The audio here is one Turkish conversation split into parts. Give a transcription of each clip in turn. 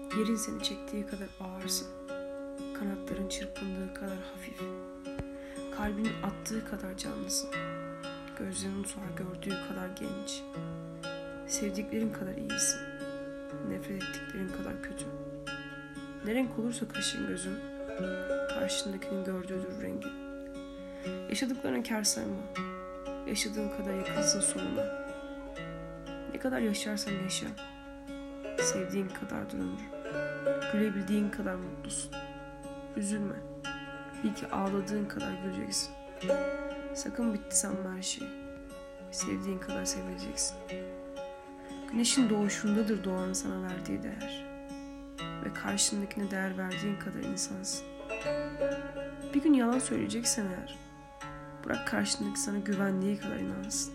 Yerin seni çektiği kadar ağırsın. Kanatların çırpındığı kadar hafif. Kalbinin attığı kadar canlısın. Gözlerinin sual gördüğü kadar genç. Sevdiklerin kadar iyisin. Nefret ettiklerin kadar kötü. Ne renk olursa kaşın gözün, karşındakinin gördüğüdür rengi. Yaşadıklarına kâr sayma. Yaşadığın kadar yakınsın sonuna. Ne kadar yaşarsan yaşa. Sevdiğin kadardır ömür. Gülebildiğin kadar mutlusun. Üzülme. Bil ki ağladığın kadar güleceksin. Sakın bitti sanma her şey. Sevdiğin kadar sevileceksin. Güneşin doğuşundadır doğanın sana verdiği değer. Ve karşındakine değer verdiğin kadar insansın. Bir gün yalan söyleyeceksen eğer, bırak karşındaki sana güvendiği kadar inansın.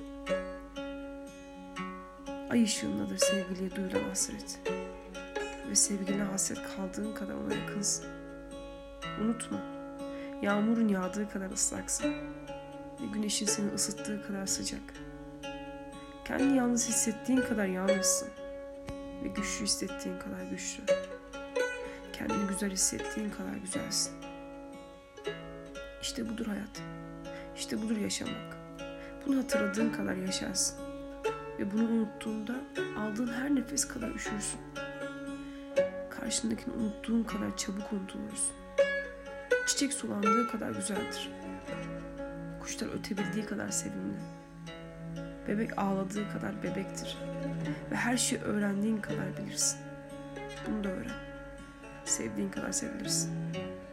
Ay ışığındadır sevgiliye duyulan hasret. Ve sevgiline hasret kaldığın kadar ona yakınsın. Unutma, yağmurun yağdığı kadar ıslaksın. Ve güneşin seni ısıttığı kadar sıcak. Kendini yalnız hissettiğin kadar yalnızsın. Ve güçlü hissettiğin kadar güçlü. Kendini güzel hissettiğin kadar güzelsin. İşte budur hayat. İşte budur yaşamak. Bunu hatırladığın kadar yaşarsın. Ve bunu unuttuğunda aldığın her nefes kadar üşürsün. Karşındakini unuttuğun kadar çabuk unutulursun. Çiçek sulandığı kadar güzeldir. Kuşlar ötebildiği kadar sevimli. Bebek ağladığı kadar bebektir. Ve her şeyi öğrendiğin kadar bilirsin. Bunu da öğren. Sevdiğin kadar sevilirsin.